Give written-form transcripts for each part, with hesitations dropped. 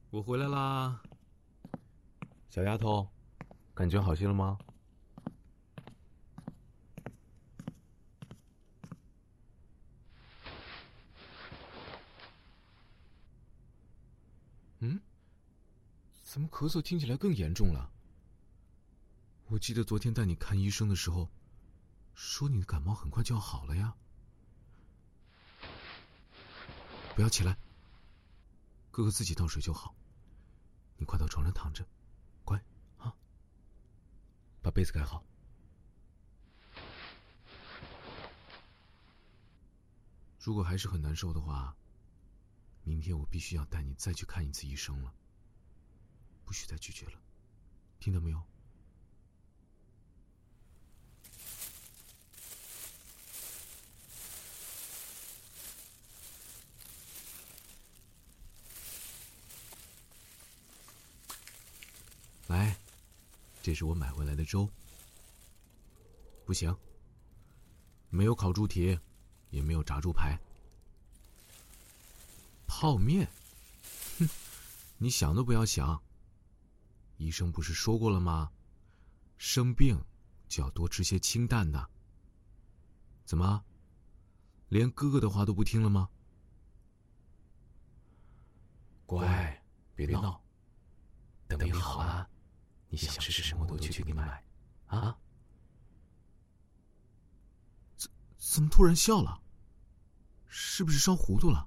我回来啦，小丫头，感觉好些了吗？嗯，怎么咳嗽听起来更严重了？我记得昨天带你看医生的时候，说你的感冒很快就要好了呀。不要起来，哥哥自己倒水就好。你快到床上躺着，乖啊，把被子盖好。如果还是很难受的话，明天我必须要带你再去看一次医生了，不许再拒绝了，听到没有？来，这是我买回来的粥。不行，没有烤猪蹄，也没有炸猪排。泡面？哼，你想都不要想。医生不是说过了吗？生病就要多吃些清淡的。怎么，连哥哥的话都不听了吗？乖，别闹。等你好了，你想吃什么我都去给你买。啊？怎么突然笑了？是不是烧糊涂了？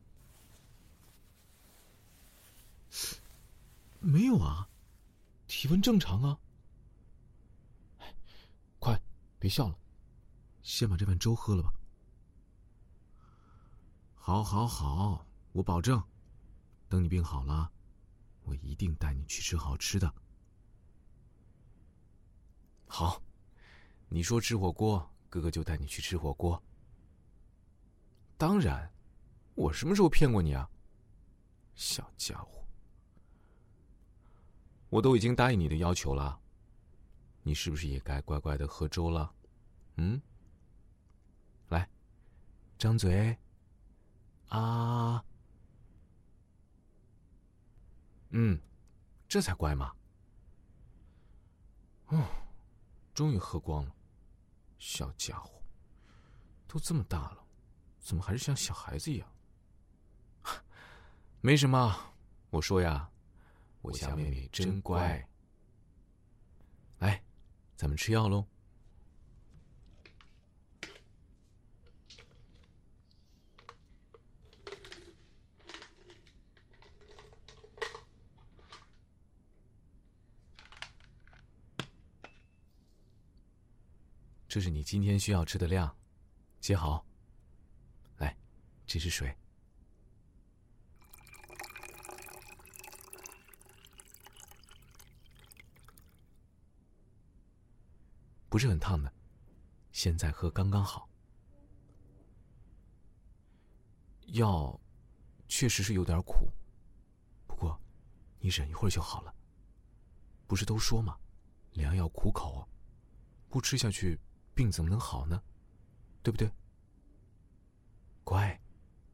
没有啊，体温正常啊。快，别笑了，先把这碗粥喝了吧。好，好，好，我保证，等你病好了，我一定带你去吃好吃的。好，你说吃火锅，哥哥就带你去吃火锅。当然，我什么时候骗过你啊？小家伙，我都已经答应你的要求了，你是不是也该乖乖的喝粥了？嗯，来，张嘴，啊，这才乖嘛。哦，终于喝光了，小家伙，都这么大了，怎么还是像小孩子一样？没什么，我说呀，我家妹妹真乖。来，咱们吃药喽。这是你今天需要吃的量，接好。来，这是水。不是很烫的，现在喝刚刚好。药确实是有点苦，不过你忍一会儿就好了。不是都说吗？良药苦口，不吃下去，病怎么能好呢？对不对？乖。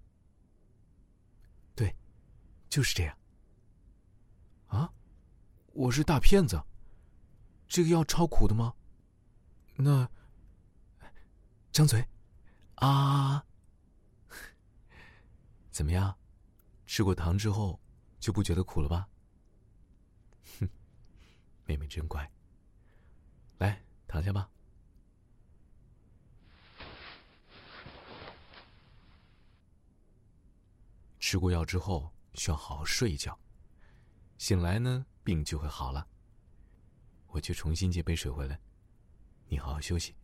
对，就是这样。啊，我是大骗子？这个药超苦的吗？那，张嘴，啊，怎么样？吃过糖之后就不觉得苦了吧？哼，妹妹真乖。来，躺下吧。吃过药之后需要好好睡一觉，醒来呢病就会好了。我去重新接杯水回来，你好好休息。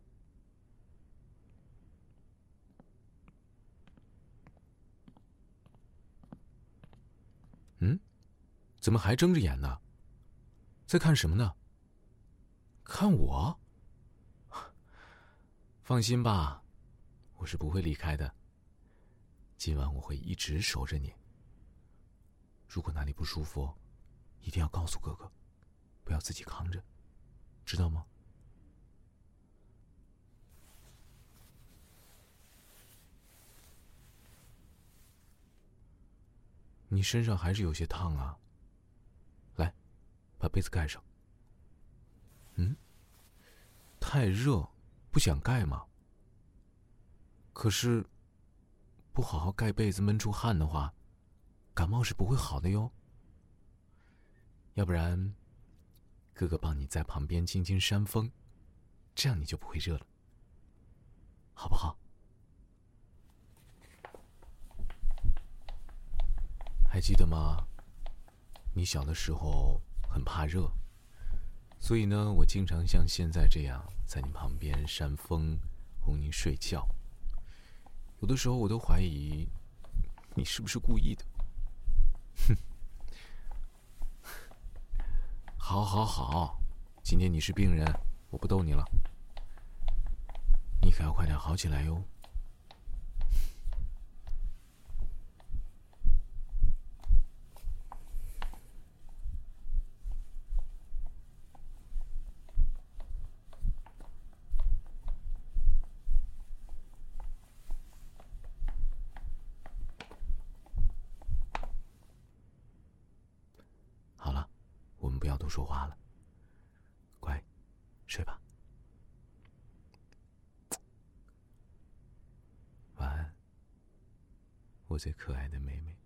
怎么还睁着眼呢？在看什么呢？看我？放心吧，我是不会离开的。今晚我会一直守着你。如果哪里不舒服，一定要告诉哥哥，不要自己扛着，知道吗？ 你身上还是有些烫啊。来，把被子盖上。太热，不想盖吗？可是，不好好盖被子闷出汗的话，感冒是不会好的哟。要不然，哥哥帮你在旁边轻轻扇风，这样你就不会热了，好不好？还记得吗？你小的时候很怕热，所以呢，我经常像现在这样在你旁边扇风，哄你睡觉。有的时候我都怀疑你是不是故意的。好好好，今天你是病人，我不逗你了，你可要快点好起来哟。好了，我们不要多说话了，乖，睡吧。晚安，我最可爱的妹妹。